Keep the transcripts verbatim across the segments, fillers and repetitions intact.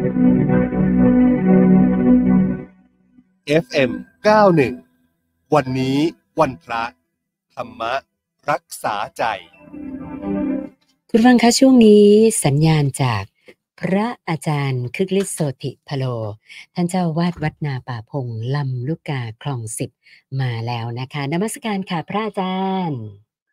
เอฟ เอ็ม เก้าสิบเอ็ด วันนี้วันพระธรรมรักษาใจคุณฟังคะช่วงนี้สัญญาณจากพระอาจารย์คึกฤทธิ์โสติพโลท่านเจ้าวาดวัดนาป่าพงลำลูกกาคลองสิบมาแล้วนะคะนมัสการค่ะพระอาจารย์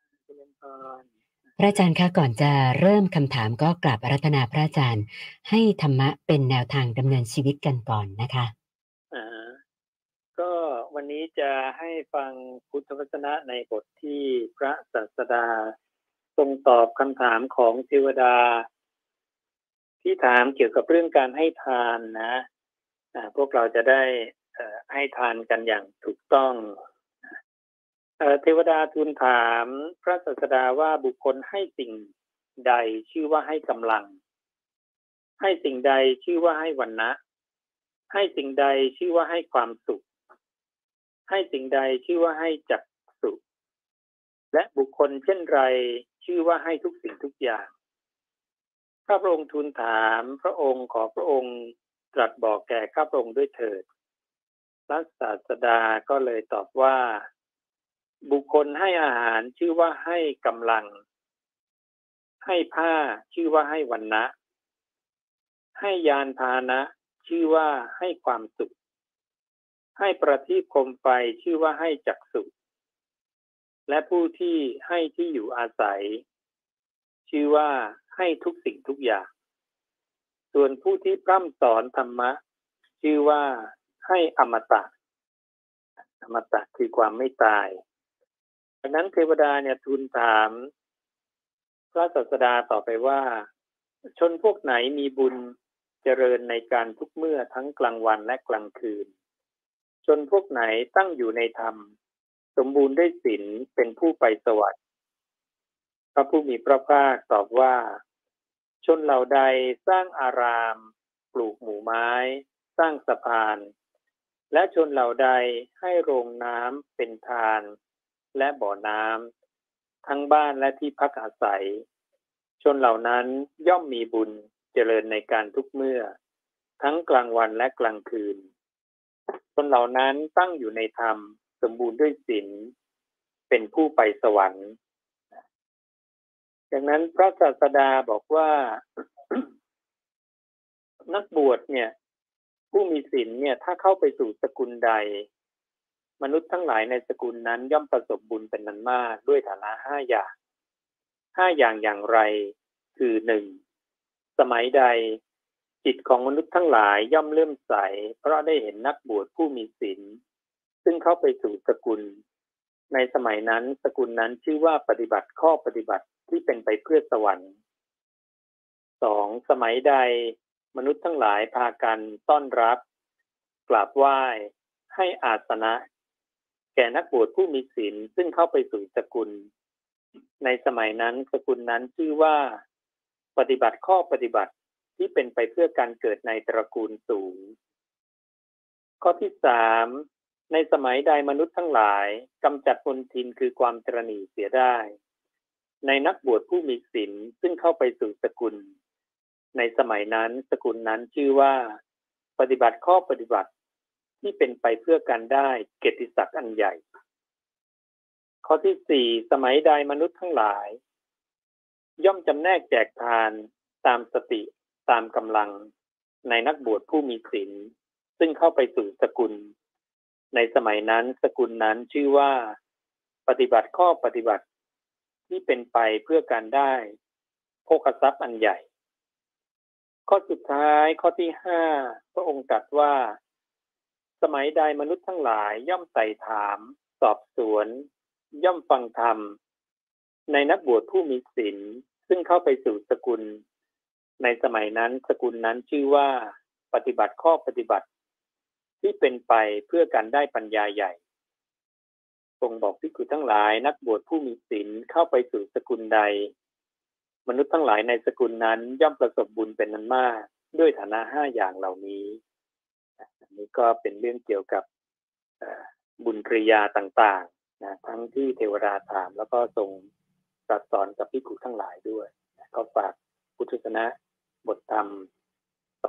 พระอาจารย์คะก่อนจะเริ่มคำถามก็กราบอาราธนาพระอาจารย์ให้ธรรมะเป็นแนวทางดำเนินชีวิตกันก่อนนะคะอ่าก็วันนี้จะให้ฟังพุทธวจนะในบทที่พระศาสดาทรงตอบคำถามของเทวดาที่ถามเกี่ยวกับเรื่องการให้ทานนะอ่าพวกเราจะได้เอ่อให้ทานกันอย่างถูกต้องเอ่อเทวดาทูลถามพระศาสดาว่าบุคคลให้สิ่งใดชื่อว่าให้กำลังให้สิ่งใดชื่อว่าให้วรรณะให้สิ่งใดชื่อว่าให้ความสุขให้สิ่งใดชื่อว่าให้จักสุและบุคคลเช่นไรชื่อว่าให้ทุกสิ่งทุกอย่างข้าพระองค์ทูลถามพระองค์ขอพระองค์ตรัสบอกแก่ข้าพระองค์ด้วยเถิดพระศาสดาก็เลยตอบว่าบุคคลให้อาหารชื่อว่าให้กำลังให้ผ้าชื่อว่าให้วรรณะให้ยานพาหนะชื่อว่าให้ความสุขให้ประทีปโคมไฟชื่อว่าให้จักษุและผู้ที่ให้ที่อยู่อาศัยชื่อว่าให้ทุกสิ่งทุกอย่างส่วนผู้ที่พร่ำสอนธรรมะชื่อว่าให้อมตะอมตะคือความไม่ตายดังนั้นเทวดาเนี่ยทูลถามพระศาสดาต่อไปว่าชนพวกไหนมีบุญเจริญในการทุกเมื่อทั้งกลางวันและกลางคืนชนพวกไหนตั้งอยู่ในธรรมสมบูรณ์ด้วยศีลเป็นผู้ไปสวรรค์พระผู้มีพระภาคตอบว่าชนเหล่าใดสร้างอารามปลูกหมู่ไม้สร้างสะพานและชนเหล่าใดให้โรงน้ำเป็นทานและบ่อน้ำทั้งบ้านและที่พักอาศัยชนเหล่านั้นย่อมมีบุญเจริญในการทุกเมื่อทั้งกลางวันและกลางคืนคนเหล่านั้นตั้งอยู่ในธรรมสมบูรณ์ด้วยศีลเป็นผู้ไปสวรรค์ดังนั้นพระศาสดาบอกว่า นักบวชเนี่ยผู้มีศีลเนี่ยถ้าเข้าไปสู่สกุลใดมนุษย์ทั้งหลายในสกุลนั้นย่อมประสบบุญเป็นนันมากด้วยฐานะห้าอย่างห้าอย่างอย่างไรคือหนึ่งสมัยใดจิตของมนุษย์ทั้งหลายย่อมเลื่อมใสเพราะได้เห็นนักบวชผู้มีศีลซึ่งเข้าไปสู่สกุลในสมัยนั้นสกุลนั้นชื่อว่าปฏิบัติข้อปฏิบัติที่เป็นไปเพื่อสวรรค์สองสมัยใดมนุษย์ทั้งหลายพากันต้อนรับกราบไหว้ให้อาสนะแก่นักบวชผู้มีศีลซึ่งเข้าไปสู่สกุลในสมัยนั้นสกุลนั้นชื่อว่าปฏิบัติข้อปฏิบัติที่เป็นไปเพื่อการเกิดในตระกูลสูงข้อที่สามในสมัยใดมนุษย์ทั้งหลายกำจัดมลทินคือความตระหนี่เสียได้ในนักบวชผู้มีศีลซึ่งเข้าไปสู่สกุลในสมัยนั้นสกุลนั้นชื่อว่าปฏิบัติข้อปฏิบัติที่เป็นไปเพื่อการได้เกียรติศักดิ์อันใหญ่ข้อที่สี่สมัยใดมนุษย์ทั้งหลายย่อมจำแนกแจกทานตามสติตามกำลังในนักบวชผู้มีศีลซึ่งเข้าไปสู่สกุลในสมัยนั้นสกุลนั้นชื่อว่าปฏิบัติข้อปฏิบัติที่เป็นไปเพื่อการได้โภคทรัพย์อันใหญ่ข้อสุดท้ายข้อที่ห้าพระองค์ตรัสว่าสมัยใดมนุษย์ทั้งหลายย่อมไต่ถามสอบสวนย่อมฟังธรรมในนักบวชผู้มีศีลซึ่งเข้าไปสู่สกุลในสมัยนั้นสกุลนั้นชื่อว่าปฏิบัติข้อปฏิบัติที่เป็นไปเพื่อการได้ปัญญาใหญ่ทรงบอกภิกษุทั้งหลายนักบวชผู้มีศีลเข้าไปสู่สกุลใดมนุษย์ทั้งหลายในสกุลนั้นย่อมประสบบุญเป็นนันมากด้วยฐานะห้าอย่างเหล่านี้อันนี้ก็เป็นเรื่องเกี่ยวกับบุญกริยาต่างๆนะทั้งที่เทวดาถามแล้วก็ทรงตรัสสอนกับภิกษุทั้งหลายด้วยนะก็ฝากพุทธศาสนาบทธรรมส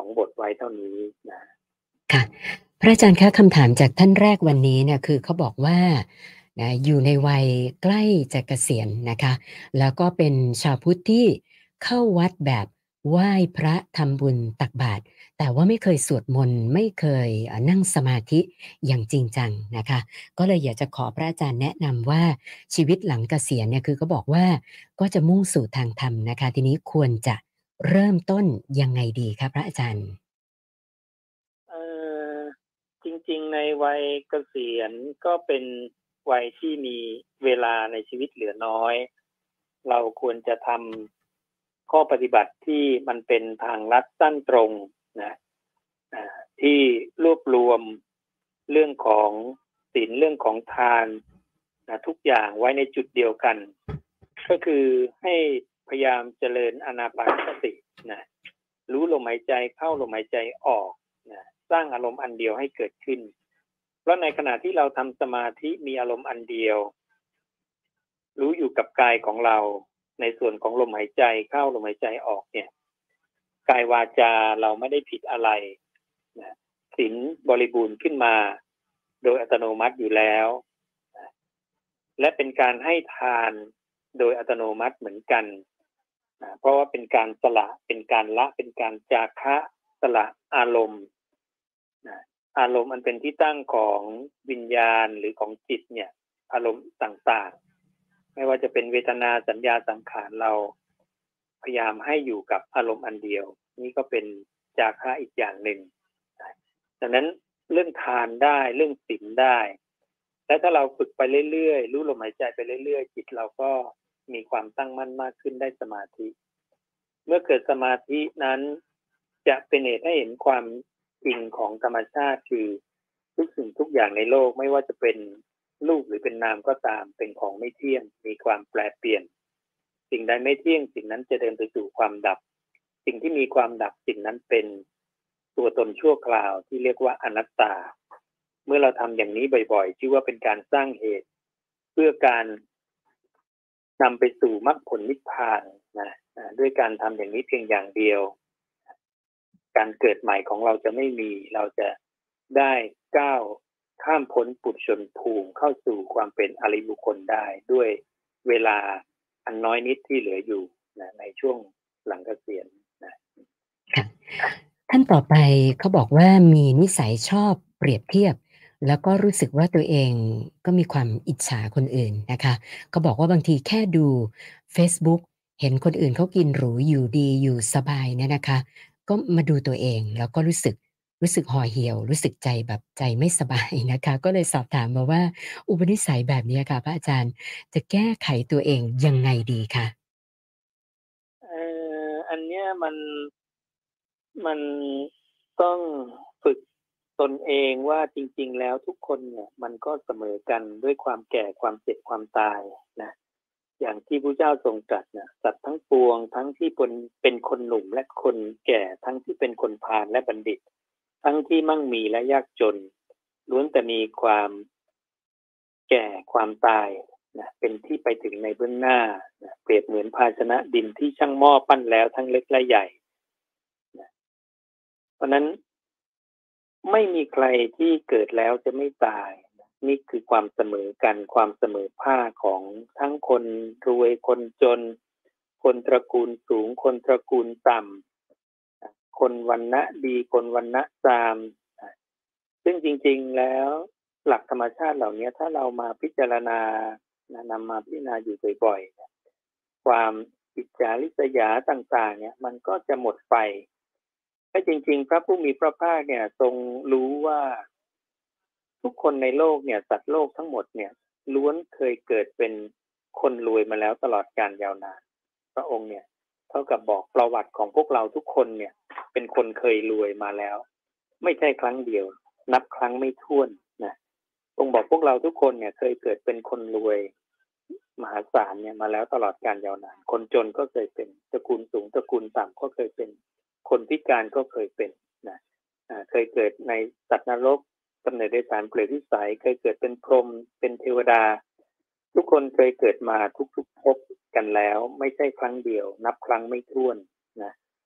องบทไว้เท่านี้นะค่ะพระอาจารย์คะคำถามจากท่านแรกวันนี้เนี่ยคือเขาบอกว่านะอยู่ในวัยใกล้จะเกษียณนะคะแล้วก็เป็นชาวพุทธที่เข้าวัดแบบไหว้พระทำบุญตักบาตรแต่ว่าไม่เคยสวดมนต์ไม่เคยเอ่อนั่งสมาธิอย่างจริงจังนะคะก็เลยอยากจะขอพระอาจารย์แนะนำว่าชีวิตหลังเกษียณเนี่ยคือเขาบอกว่าก็จะมุ่งสู่ทางธรรมนะคะทีนี้ควรจะเริ่มต้นยังไงดีคะพระอาจารย์เออจริงๆในวัยเกษียณก็เป็นวัยที่มีเวลาในชีวิตเหลือน้อยเราควรจะทำข้อปฏิบัติที่มันเป็นทางลัดสั้นตรงนะอ่าที่รวบรวมเรื่องของศีลเรื่องของทานนะทุกอย่างไว้ในจุดเดียวกัน ก็คือให้พยายามเจริญอานาปานสตินะรู้ลมหายใจเข้าลมหายใจออกนะสร้างอารมณ์อันเดียวให้เกิดขึ้นเพราะในขณะที่เราทำสมาธิมีอารมณ์อันเดียวรู้อยู่กับกายของเราในส่วนของลมหายใจเข้าลมหายใจออกเนี่ยกายวาจาเราไม่ได้ผิดอะไรนะศีลบริบูรณ์ขึ้นมาโดยอัตโนมัติอยู่แล้วนะและเป็นการให้ทานโดยอัตโนมัติเหมือนกันนะเพราะว่าเป็นการสละเป็นการละเป็นการจาคะสละอารมณ์นะอารมณ์อันเป็นที่ตั้งของวิญญาณหรือของจิตเนี่ยอารมณ์ต่างๆไม่ว่าจะเป็นเวทนาสัญญาสังขารเราพยายามให้อยู่กับอารมณ์อันเดียวนี่ก็เป็นจาคะอีกอย่างหนึ่งดังนั้นเรื่องทานได้เรื่องศีลได้และถ้าเราฝึกไปเรื่อยๆรู้ลมหายใจไปเรื่อยๆจิตเราก็มีความตั้งมั่นมากขึ้นได้สมาธิเมื่อเกิดสมาธินั้นจะเป็นเหตุให้เห็นความจริงของธรรมชาติคือทุกสิ่งทุกอย่างในโลกไม่ว่าจะเป็นรูปหรือเป็นนามก็ตามเป็นของไม่เที่ยงมีความแปรเปลี่ยนสิ่งใดไม่เที่ยงสิ่งนั้นจะเดินไปสู่ความดับสิ่งที่มีความดับสิ่งนั้นเป็นตัวตนชั่วคราวที่เรียกว่าอนัตตาเมื่อเราทำอย่างนี้บ่อยๆชื่อว่าเป็นการสร้างเหตุเพื่อการนำไปสู่มรรคผลนิพพานนะด้วยการทำอย่างนี้เพียงอย่างเดียวการเกิดใหม่ของเราจะไม่มีเราจะได้ก้าวข้ามพ้นปุถุชนภูมิเข้าสู่ความเป็นอริยบุคคลได้ด้วยเวลาอันน้อยนิดที่เหลืออยู่นะในช่วงหลังเกษียณนะค่ะท่านต่อไปเขาบอกว่ามีนิสัยชอบเปรียบเทียบแล้วก็รู้สึกว่าตัวเองก็มีความอิจฉาคนอื่นนะคะเขาบอกว่าบางทีแค่ดูเฟซบุ๊กเห็นคนอื่นเขากินหรูอยู่ดีอยู่สบายเนี่ยนะคะก็มาดูตัวเองแล้วก็รู้สึกรู้สึกห่อเหี่ยวรู้สึกใจแบบใจไม่สบายนะคะก็เลยสอบถามมาว่าอุปนิสัยแบบนี้ค่ะพระอาจารย์จะแก้ไขตัวเองยังไงดีคะเอ่ออันเนี้ยมันมันต้องฝึกตนเองว่าจริงๆแล้วทุกคนเนี่ยมันก็เสมอกันด้วยความแก่ความเจ็บความตายนะอย่างที่พระเจ้าทรงตรัสนะสัตว์ทั้งปวงทั้งที่เป็นเป็นคนหนุ่มและคนแก่ทั้งที่เป็นคนพาลและบัณฑิตทั้งที่มั่งมีและยากจนล้วนแต่มีความแก่ความตายนะเป็นที่ไปถึงในเบื้องหน้านะเปรียบเหมือนภาชนะดินที่ช่างหม้อปั้นแล้วทั้งเล็กและใหญ่นะเพราะนั้นไม่มีใครที่เกิดแล้วจะไม่ตายนี่คือความเสมอกันความเสมอภาคของทั้งคนรวยคนจนคนตระกูลสูงคนตระกูลต่ำคนวรรณะดีคนวรรณะซามซึ่งจริงๆแล้วหลักธรรมชาติเหล่านี้ถ้าเรามาพิจารณานำมาพิจารณาอยู่บ่อยๆความอิจฉาริษยาต่างๆเนี่ยมันก็จะหมดไปแต่จริงๆพระผู้มีพระภาคเนี่ยทรงรู้ว่าทุกคนในโลกเนี่ยสัตว์โลกทั้งหมดเนี่ยล้วนเคยเกิดเป็นคนรวยมาแล้วตลอดกาลยาวนานพระองค์เนี่ยเท่ากับบอกประวัติของพวกเราทุกคนเนี่ยเป็นคนเคยรวยมาแล้วไม่ใช่ครั้งเดียวนับครั้งไม่ถ้วนนะองค์บอกพวกเราทุกคนเนี่ยเคยเกิดเป็นคนรวยมหาศาลเนี่ยมาแล้วตลอดกาลยาวนานคนจนก็เคยเป็นตระกูลสูงตระกูลต่ำก็เคยเป็นคนพิการก็เคยเป็นนะเคยเกิดในสัตว์นรกกำเนิดในสารเปรตวิสัยเคยเกิดเป็นพรหมเป็นเทวดาทุกคนเคยเกิดมาทุกๆภพกันแล้วไม่ใช่ครั้งเดียวนับครั้งไม่ถ้วนนะ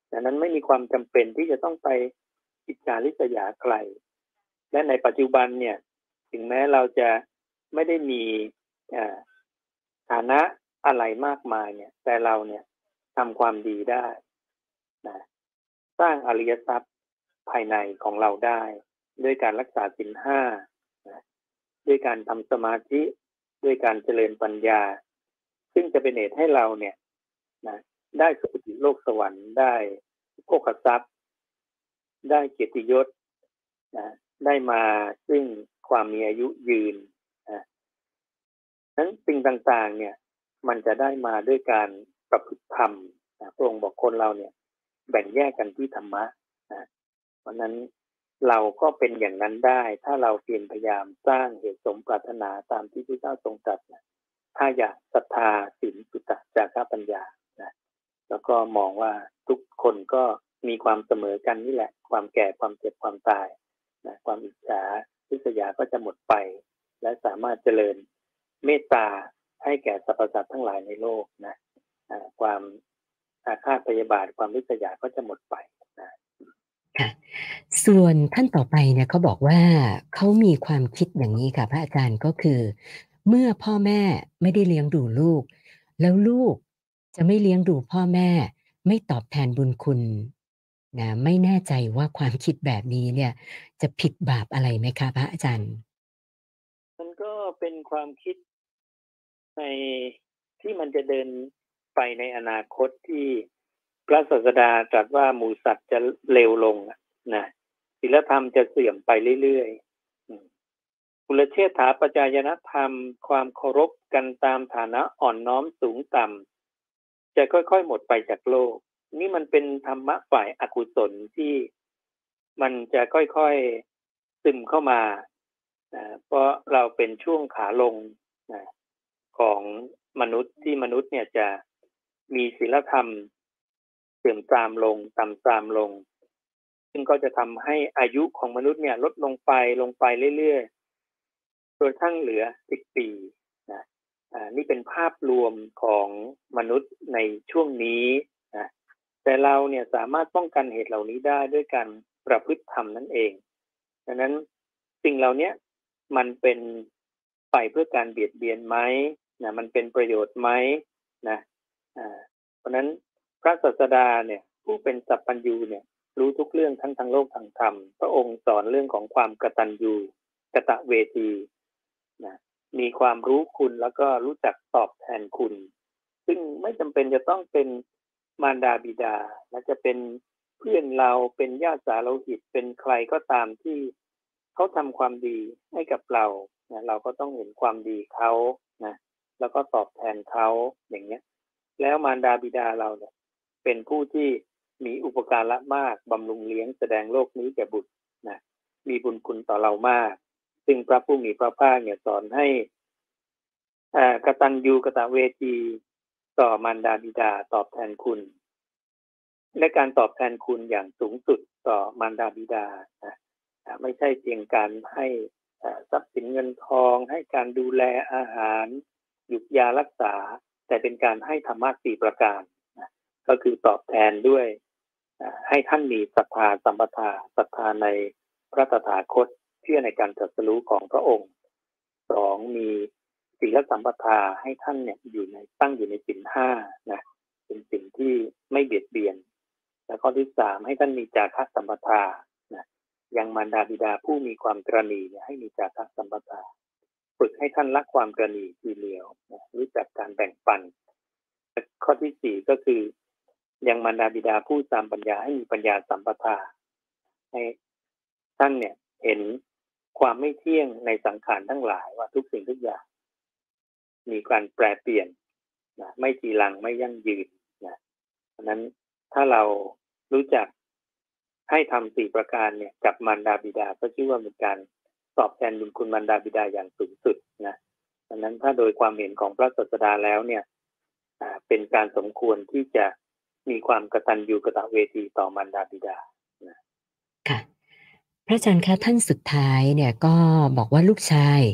ดังนั้นไม่มีความจำเป็นที่จะต้องไปอิจฉาริษยาใครและในปัจจุบันเนี่ยถึงแม้เราจะไม่ได้มีฐานะอะไรมากมายเนี่ยแต่เราเนี่ยทำความดีได้นะสร้างอริยทรัพย์ภายในของเราได้ด้วยการรักษาศีลห้านะด้วยการทำสมาธิด้วยการเจริญปัญญาซึ่งจะเป็นเหตุให้เราเนี่ยนะได้สุคติโลกสวรรค์ได้โภคทรัพย์ได้เกียรติยศนะได้มาซึ่งความมีอายุยืนนะนั้นสิ่งต่างๆเนี่ยมันจะได้มาด้วยการประพฤติธรรมนะพระองค์บอกคนเราเนี่ยแบ่งแยกกันที่ธรรมะนะเพราะนั้นเราก็เป็นอย่างนั้นได้ถ้าเราเพียรพยายามสร้างเหตุสมปรารถนาตามที่พระเจ้าทรงตรัสนะถ้าอยากศรัทธาศีลสุตตะจาคะปัญญานะแล้วก็มองว่าทุกคนก็มีความเสมอกันนี่แหละความแก่ความเจ็บความตายนะความอิจฉาริษยาก็จะหมดไปและสามารถเจริญเมตตาให้แก่สรรพสัตว์ทั้งหลายในโลกนะความอาฆาตพยาบาทความริษยาก็จะหมดไปนะค่ะส่วนท่านต่อไปเนี่ยเขาบอกว่าเขามีความคิดอย่างนี้ค่ะพระอาจารย์ก็คือเมื่อพ่อแม่ไม่ได้เลี้ยงดูลูกแล้วลูกจะไม่เลี้ยงดูพ่อแม่ไม่ตอบแทนบุญคุณนะไม่แน่ใจว่าความคิดแบบนี้เนี่ยจะผิดบาปอะไรไหมคะพระอาจารย์มันก็เป็นความคิดในที่มันจะเดินไปในอนาคตที่พระศาสดาตรัสว่าหมู่สัตว์จะเลวลงนะศีลธรรมจะเสื่อมไปเรื่อยๆกุลเชษฐาปัจจายนธรรมความเคารพกันตามฐานะอ่อนน้อมสูงต่ำจะค่อยๆหมดไปจากโลกนี่มันเป็นธรรมะฝ่ายอกุศลที่มันจะค่อยๆซึมเข้ามาเพราะเราเป็นช่วงขาลงของมนุษย์ที่มนุษย์เนี่ยจะมีศีลธรรมเสื่อมทรามลงต่ำทรามลงซึ่งก็จะทำให้อายุของมนุษย์เนี่ยลดลงไปลงไปเรื่อยๆโดยทั้งเหลือสิบปีนะอ่านี่เป็นภาพรวมของมนุษย์ในช่วงนี้นะแต่เราเนี่ยสามารถป้องกันเหตุเหล่านี้ได้ด้วยการประพฤติธรรมนั่นเองดังนั้นสิ่งเหล่านี้มันเป็นไปเพื่อการเบียดเบียนไหมนะมันเป็นประโยชน์ไหมนะอ่าเพราะนั้นพระศาสดาเนี่ยผู้เป็นสัพพัญญูเนี่ยรู้ทุกเรื่องทั้งทางโลกทางธรรมพระองค์สอนเรื่องของความกตัญญูกตเวทีนะมีความรู้คุณแล้วก็รู้จักตอบแทนคุณซึ่งไม่จำเป็นจะต้องเป็นมารดาบิดาและจะเป็นเพื่อนเราเป็นญาติสาโลหิตเป็นใครก็ตามที่เขาทำความดีให้กับเรานะเราก็ต้องเห็นความดีเขานะแล้วก็ตอบแทนเขาอย่างเงี้ยแล้วมารดาบิดาเราเนี่ยเป็นผู้ที่มีอุปการะมากบำรุงเลี้ยงแสดงโลกนี้แก่บุตรนะมีบุญคุณต่อเรามากซึ่งพระผู้มีพระภาคเนี่ยสอนให้กตัญญูกตเวทีต่อมารดาบิดาตอบแทนคุณและการตอบแทนคุณอย่างสูงสุดต่อมารดาบิดานะไม่ใช่เพียงการให้ทรัพย์สินเงินทองให้การดูแลอาหารหยุกยารักษาแต่เป็นการให้ธรรมะสี่ประการนะก็คือตอบแทนด้วยให้ท่านมีศรัทธาสัมปทาศรัทธาในพระตถาคตเชื่อในการตรัสรู้ของพระองค์สองมีศีลสัมปทาให้ท่านเนี่ยอยู่ในตั้งอยู่ในศีลห้านะเป็นสิ่งที่ไม่เบียดเบียนและข้อที่สามให้ท่านมีจาคะสัมปทานะยังมารดาบิดาผู้มีความตระหนี่เนี่ยให้มีจาคะสัมปทาฝึกให้ท่านละความตระหนี่ทีเดียวนะรู้จักการแบ่งปันข้อที่สี่ก็คือยังมารดาบิดาผู้ตามปัญญาให้มีปัญญาสัมปทาให้ท่านเนี่ยเห็นความไม่เที่ยงในสังขารทั้งหลายว่าทุกสิ่งทุกอย่างมีการแปรเปลี่ยนนะไม่จีรังไม่ยั่งยืนนะเพราะนั้นถ้าเรารู้จักให้ทำสี่ประการเนี่ยกับมารดาบิดาก็ชื่อว่าเป็นการตอบแทนบุญคุณมารดาบิดาอย่างสูงสุดนะเพราะนั้นถ้าโดยความเห็นของพระศาสดาแล้วเนี่ยเป็นการสมควรที่จะมีความกตัญญูกตเวทีต่อมารดาบิดานะค่ะพระอาจารย์คะท่านสุดท้ายเนี่ยก็บอกว่าลูกชาย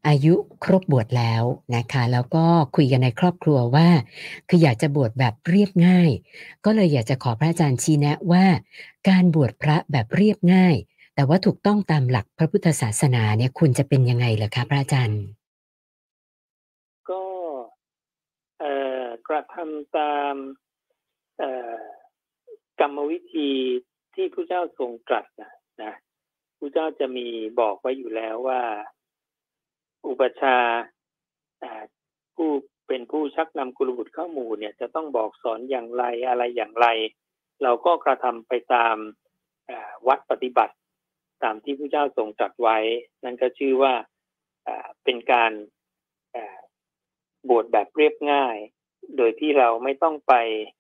อายุครบบวชแล้วนะคะแล้วก็คุยกันในครอบครัวว่าคืออยากจะบวชแบบเรียบง่ายก็เลยอยากจะขอพระอาจารย์ชี้แนะว่าการบวชพระแบบเรียบง่ายแต่ว่าถูกต้องตามหลักพระพุทธศาสนาเนี่ยคุณจะเป็นยังไงเหรอคะพระอาจารย์ก็เอ่อกระทำตามเอ่อกรรมวิธีที่พระเจ้าทรงตรัสนะนะพระเจ้าจะมีบอกไว้อยู่แล้วว่าอุปัชฌาย์ผู้เป็นผู้ชักนำกุลบุตรเข้าหมู่เนี่ยจะต้องบอกสอนอย่างไรอะไรอย่างไรเราก็กระทำไปตามวัดปฏิบัติตามที่พระเจ้าทรงตรัสไว้นั่นก็ชื่อว่าเป็นการบวชแบบเรียบง่ายโดยที่เราไม่ต้องไป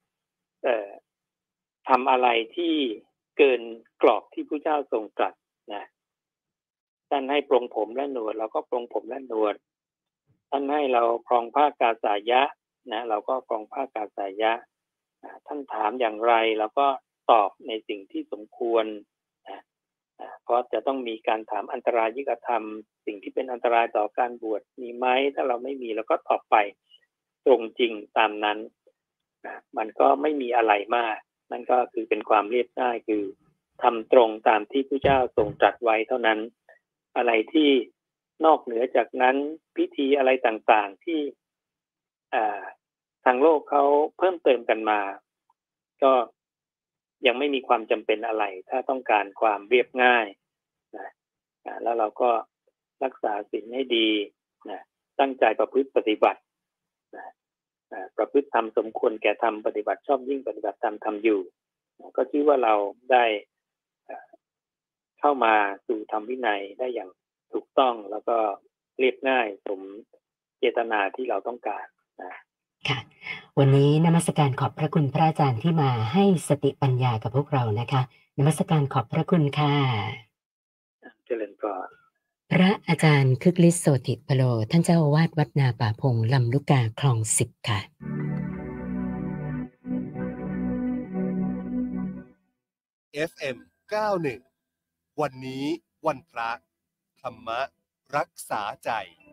ทำอะไรที่เกินกรอบที่พระเจ้าทรงตรัสนะท่านให้ปรงผมและหนวดเราก็ปรงผมและหนวดท่านให้เราครองผ้ากาสายะนะเราก็ครองผ้ากาสายะท่านถามอย่างไรเราก็ตอบในสิ่งที่สมควรนะเพราะจะต้องมีการถามอันตรายิกธรรมสิ่งที่เป็นอันตรายต่อการบวชมีไหมถ้าเราไม่มีเราก็ตอบไปตรงจริงตามนั้นนะมันก็ไม่มีอะไรมากนั่นก็คือเป็นความเรียบง่ายคือทำตรงตามที่พระเจ้าทรงตรัสไว้เท่านั้นอะไรที่นอกเหนือจากนั้นพิธีอะไรต่างๆที่ทางโลกเขาเพิ่มเติมกันมาก็ยังไม่มีความจำเป็นอะไรถ้าต้องการความเรียบง่ายนะแล้วเราก็รักษาศีลให้ดีนะตั้งใจประพฤติปฏิบัตินะประพฤติธรรมสมควรแก่ธรรมปฏิบัติชอบยิ่งปฏิบัติธรรมทำอยู่ก็ชื่อว่าเราได้เข้ามาสู่ธรรมวินัยได้อย่างถูกต้องแล้วก็เรียบง่ายสมเจตนาที่เราต้องการนะค่ะวันนี้นมัสการขอบพระคุณพระอาจารย์ที่มาให้สติปัญญากับพวกเรานะคะนมัสการขอบพระคุณค่ะเจริญพรพระอาจารย์คึกฤทธิ์โสติพโลท่านเจ้าอาวาสวัดนาป่าพงลำลูกกาคลองสิบค่ะเอฟ เอ็ม เก้าสิบเอ็ด วันนี้วันพระธรรมรักษาใจ